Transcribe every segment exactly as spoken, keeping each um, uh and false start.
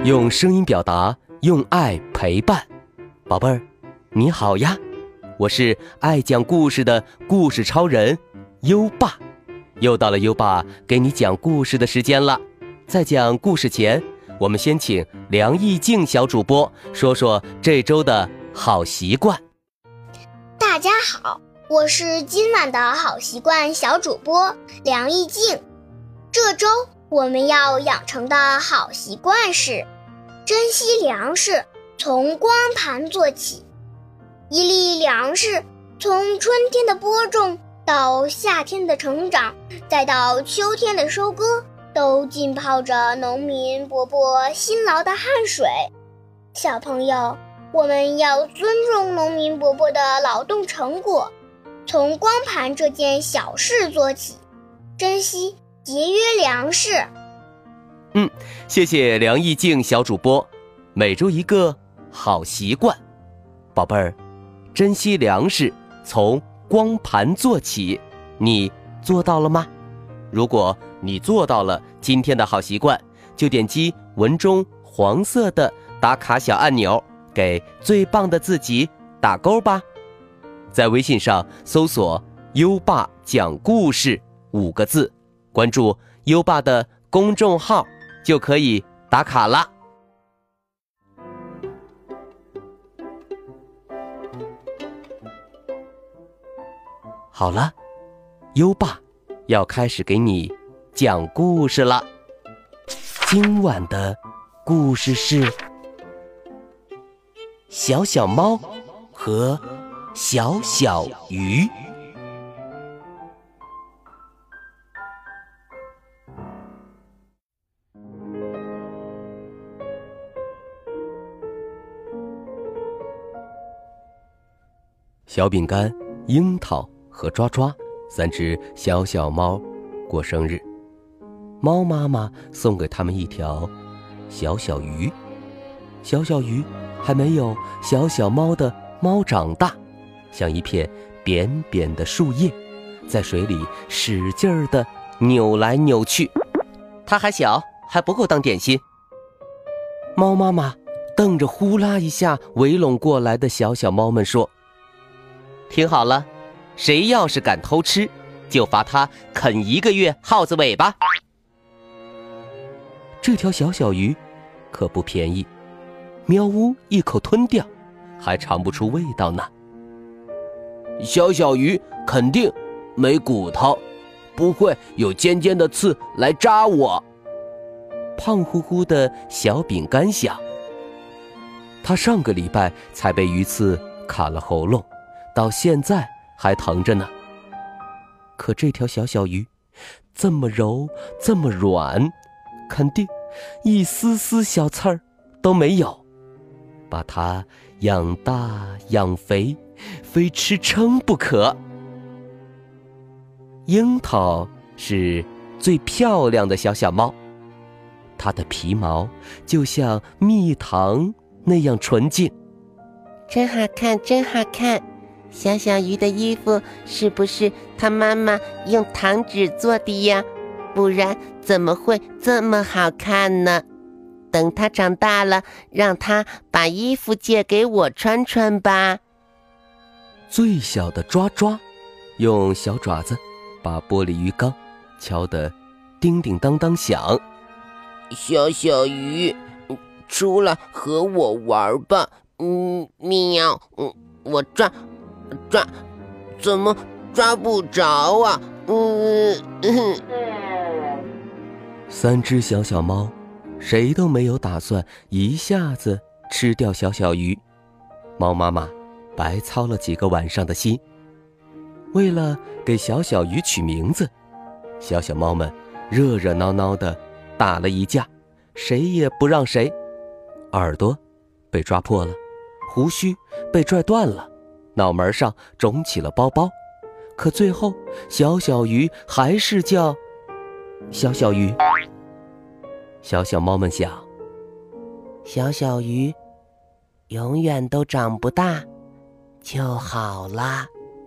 用声音表达，用爱陪伴。宝贝儿，你好呀，我是爱讲故事的故事超人优爸。又到了优爸给你讲故事的时间了。在讲故事前，我们先请梁义静小主播说说这周的好习惯。 大家好，我是今晚的好习惯小主播梁义静。这周我们要养成的好习惯是珍惜粮食，从光盘做起。一粒粮食从春天的播种到夏天的成长，再到秋天的收割，都浸泡着农民伯伯辛劳的汗水。小朋友，我们要尊重农民伯伯的劳动成果，从光盘这件小事做起，珍惜节约粮食。 嗯，谢谢梁义静小主播。每周一个好习惯，宝贝儿，珍惜粮食，从光盘做起，你做到了吗？如果你做到了今天的好习惯，就点击文中黄色的打卡小按钮，给最棒的自己打勾吧。在微信上搜索优爸讲故事五个字，关注优爸的公众号就可以打卡了。好了，优爸要开始给你讲故事了。今晚的故事是小小猫和小小鱼。小饼干、樱桃和抓抓三只小小猫过生日，猫妈妈送给他们一条小小鱼。小小鱼还没有小小猫的猫长大，像一片扁扁的树叶，在水里使劲儿地扭来扭去。它还小，还不够当点心。猫妈妈瞪着呼啦一下围拢过来的小小猫们说，听好了，谁要是敢偷吃，就罚他啃一个月耗子尾巴。这条小小鱼可不便宜，喵呜一口吞掉，还尝不出味道呢。小小鱼肯定没骨头，不会有尖尖的刺来扎我。胖乎乎的小饼干想，他上个礼拜才被鱼刺卡了喉咙，到现在还疼着呢。可这条小小鱼这么柔，这么软，肯定一丝丝小刺儿都没有，把它养大养肥，非吃撑不可。樱桃是最漂亮的小小猫，它的皮毛就像蜜糖那样纯净。 真好看，真好看。小小鱼的衣服是不是他妈妈用糖纸做的呀？不然怎么会这么好看呢？等他长大了，让他把衣服借给我穿穿吧。 最小的抓抓用小爪子把玻璃鱼缸敲得叮叮当当响。 小小鱼，出来和我玩吧。嗯，喵，嗯，我抓抓怎么抓不着啊？嗯嗯。 三只小小猫谁都没有打算一下子吃掉小小鱼，猫妈妈白操了几个晚上的心。为了给小小鱼取名字，小小猫们热热闹闹地打了一架，谁也不让谁。耳朵被抓破了，胡须被拽断了，脑门上肿起了包包，可最后小小鱼还是叫小小鱼。小小猫们想， 小小鱼永远都长不大就好啦。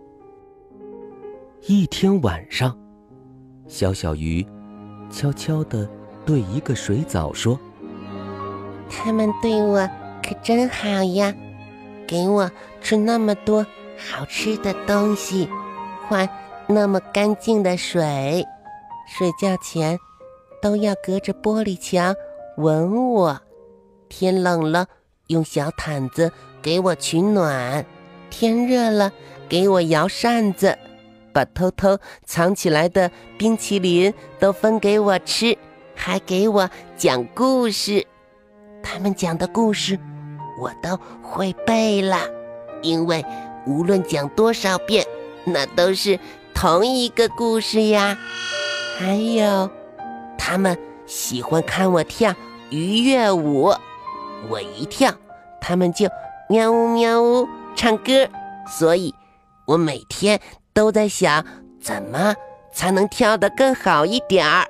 一天晚上，小小鱼悄悄地对一个水藻说： 他们对我可真好呀，给我吃那么多好吃的东西，换那么干净的水，睡觉前都要隔着玻璃墙吻我，天冷了用小毯子给我取暖，天热了给我摇扇子，把偷偷藏起来的冰淇淋都分给我吃，还给我讲故事。他们讲的故事我都会背了，因为无论讲多少遍，那都是同一个故事呀。还有，他们喜欢看我跳愉悦舞，我一跳，他们就喵呜喵呜唱歌，所以我每天都在想，怎么才能跳得更好一点儿。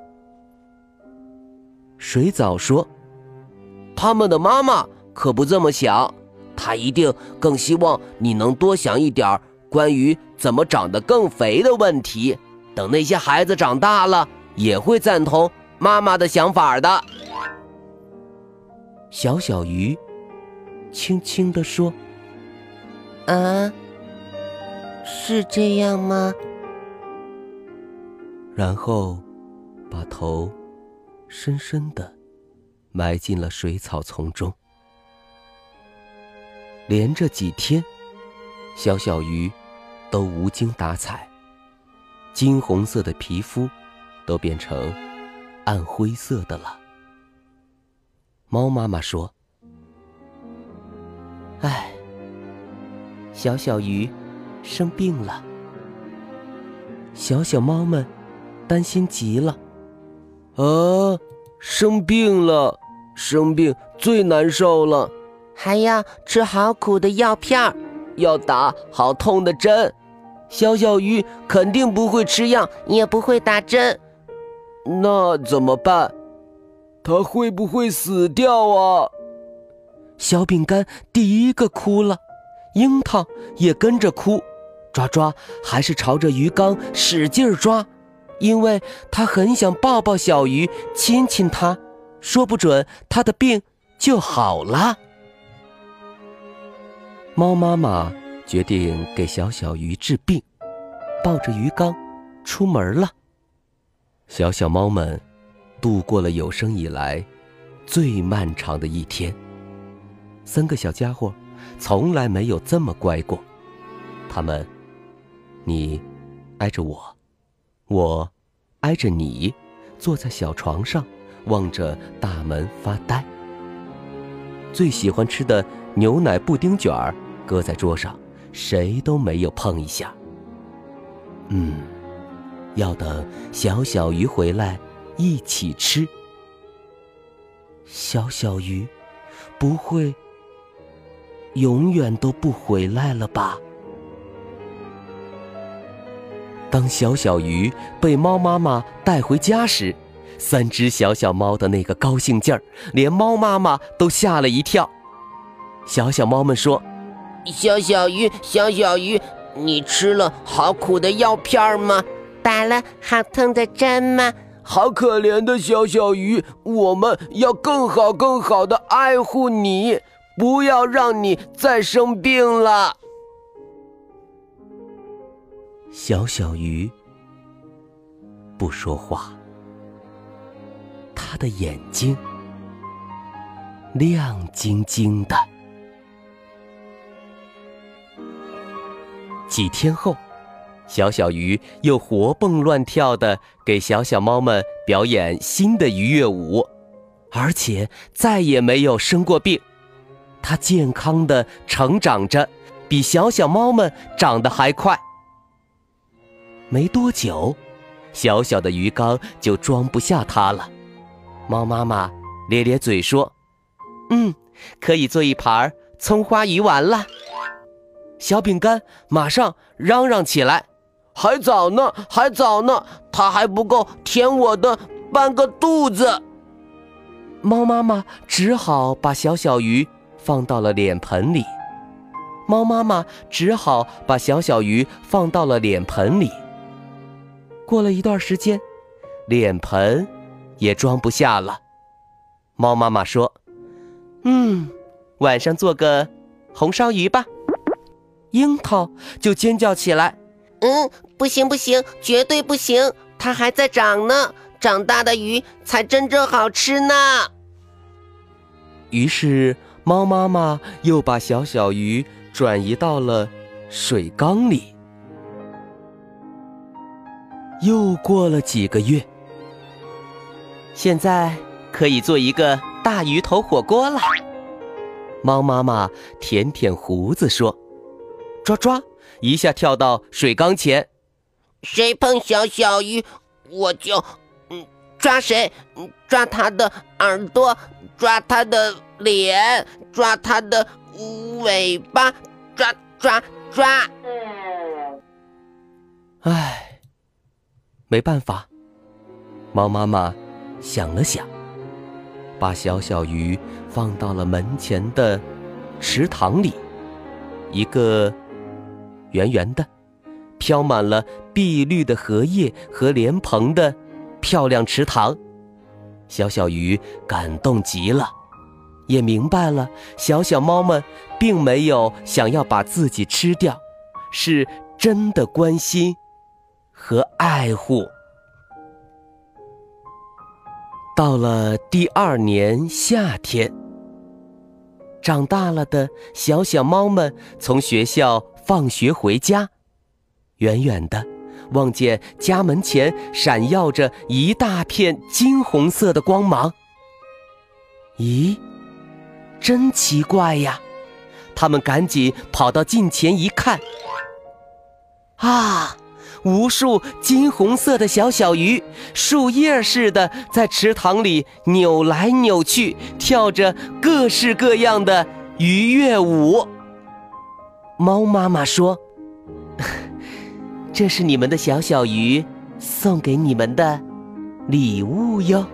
水藻说，他们的妈妈可不这么想，她一定更希望你能多想一点关于怎么长得更肥的问题，等那些孩子长大了也会赞同妈妈的想法的。小小鱼轻轻地说， 啊，是这样吗？ 然后把头深深地埋进了水草丛中。连着几天，小小鱼都无精打采，金红色的皮肤都变成暗灰色的了。猫妈妈说，唉，小小鱼生病了。小小猫们担心极了。啊，生病了，生病最难受了， 还要吃好苦的药片， 要打好痛的针。小小鱼肯定不会吃药， 也不会打针。 那怎么办？它会不会死掉啊？小饼干第一个哭了，樱桃也跟着哭。抓抓还是朝着鱼缸使劲抓，因为他很想抱抱小鱼，亲亲它，说不准他的病就好了。猫妈妈决定给小小鱼治病，抱着鱼缸出门了。小小猫们度过了有生以来最漫长的一天。三个小家伙从来没有这么乖过，他们你挨着我，我挨着你，坐在小床上，望着大门发呆。最喜欢吃的牛奶布丁卷儿搁在桌上，谁都没有碰一下。嗯，要等小小鱼回来一起吃。小小鱼不会永远都不回来了吧？当小小鱼被猫妈妈带回家时，三只小小猫的那个高兴劲儿，连猫妈妈都吓了一跳。小小猫们说， 小小鱼，小小鱼，你吃了好苦的药片吗？ 打了好痛的针吗？ 好可怜的小小鱼，我们要更好更好的爱护你，不要让你再生病了。小小鱼不说话，他的眼睛亮晶晶的。几天后，小小鱼又活蹦乱跳地给小小猫们表演新的愉悦舞，而且再也没有生过病。它健康地成长着，比小小猫们长得还快。没多久，小小的鱼缸就装不下它了。猫妈妈咧咧嘴说，嗯，可以做一盘葱花鱼丸了。小饼干马上嚷嚷起来，还早呢，还早呢，它还不够填我的半个肚子。猫妈妈只好把小小鱼放到了脸盆里。猫妈妈只好把小小鱼放到了脸盆里。过了一段时间，脸盆也装不下了。猫妈妈说， 嗯，晚上做个红烧鱼吧。樱桃就尖叫起来， 嗯，不行不行，绝对不行，它还在长呢，长大的鱼才真正好吃呢。 于是猫妈妈又把小小鱼转移到了水缸里。又过了几个月，现在可以做一个大鱼头火锅了。猫妈妈舔舔胡子说，抓抓一下跳到水缸前， 谁碰小小鱼，我就嗯抓谁，抓他的耳朵，抓他的脸，抓他的尾巴，抓抓抓。 唉，没办法，猫妈妈想了想，把小小鱼放到了门前的池塘里，一个圆圆的飘满了碧绿的荷叶和莲蓬的漂亮池塘。小小鱼感动极了，也明白了小小猫们并没有想要把自己吃掉，是真的关心和爱护。到了第二年夏天，长大了的小小猫们从学校放学回家，远远的望见家门前闪耀着一大片金红色的光芒。咦，真奇怪呀！他们赶紧跑到近前一看，啊，无数金红色的小小鱼，树叶似的在池塘里扭来扭去，跳着各式各样的鱼跃舞。猫妈妈说，这是你们的小小鱼送给你们的礼物哟。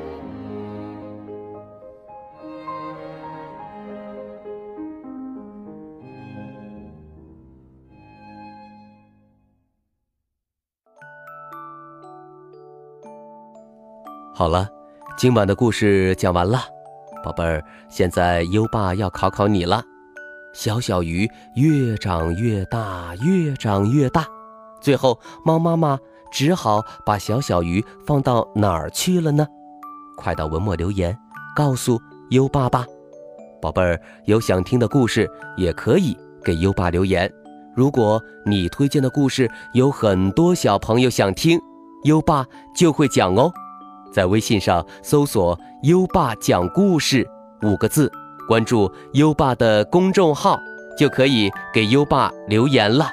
好了，今晚的故事讲完了，宝贝儿，现在优爸要考考你了。小小鱼越长越大，越长越大，最后猫妈妈只好把小小鱼放到哪儿去了呢？快到文末留言告诉优爸吧。宝贝儿，有想听的故事也可以给优爸留言，如果你推荐的故事有很多小朋友想听，优爸就会讲哦。在微信上搜索优爸讲故事五个字，关注优爸的公众号，就可以给优爸留言了。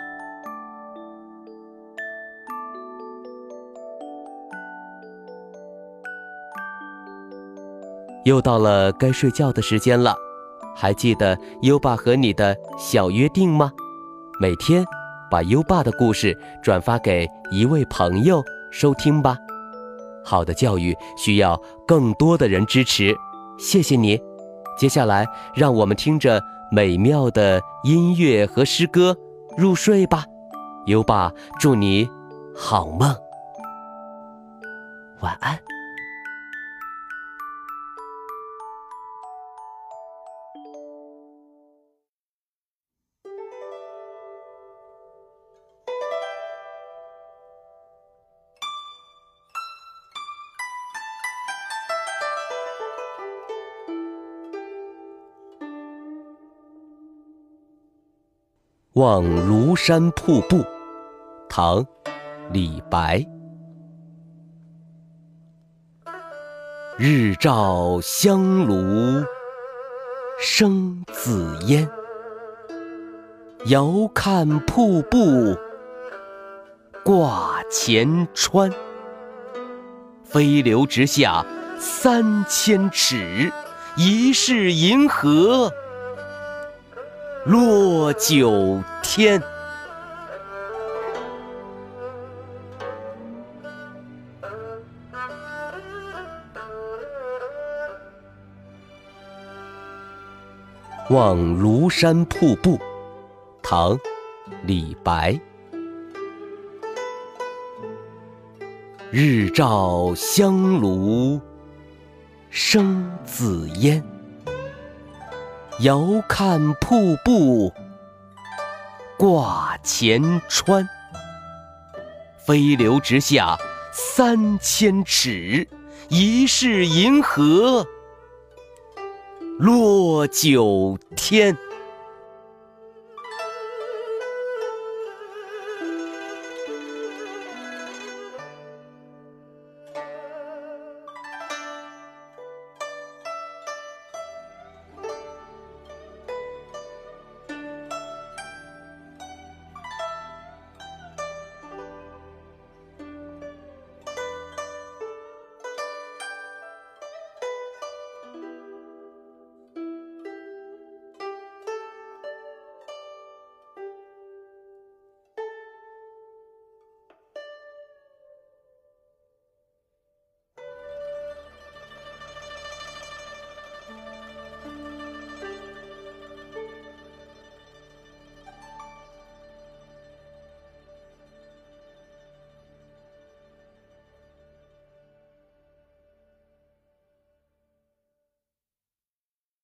又到了该睡觉的时间了，还记得优爸和你的小约定吗？每天把优爸的故事转发给一位朋友收听吧。好的教育需要更多的人支持，谢谢你。接下来让我们听着美妙的音乐和诗歌入睡吧。优爸祝你好梦，晚安。望庐山瀑布，唐·李白。日照香炉生紫烟，遥看瀑布挂前川。飞流直下三千尺，疑是银河落九天。望庐山瀑布，唐·李白。日照香炉生紫烟， 遥看瀑布挂前川。飞流直下三千尺，疑是银河落九天。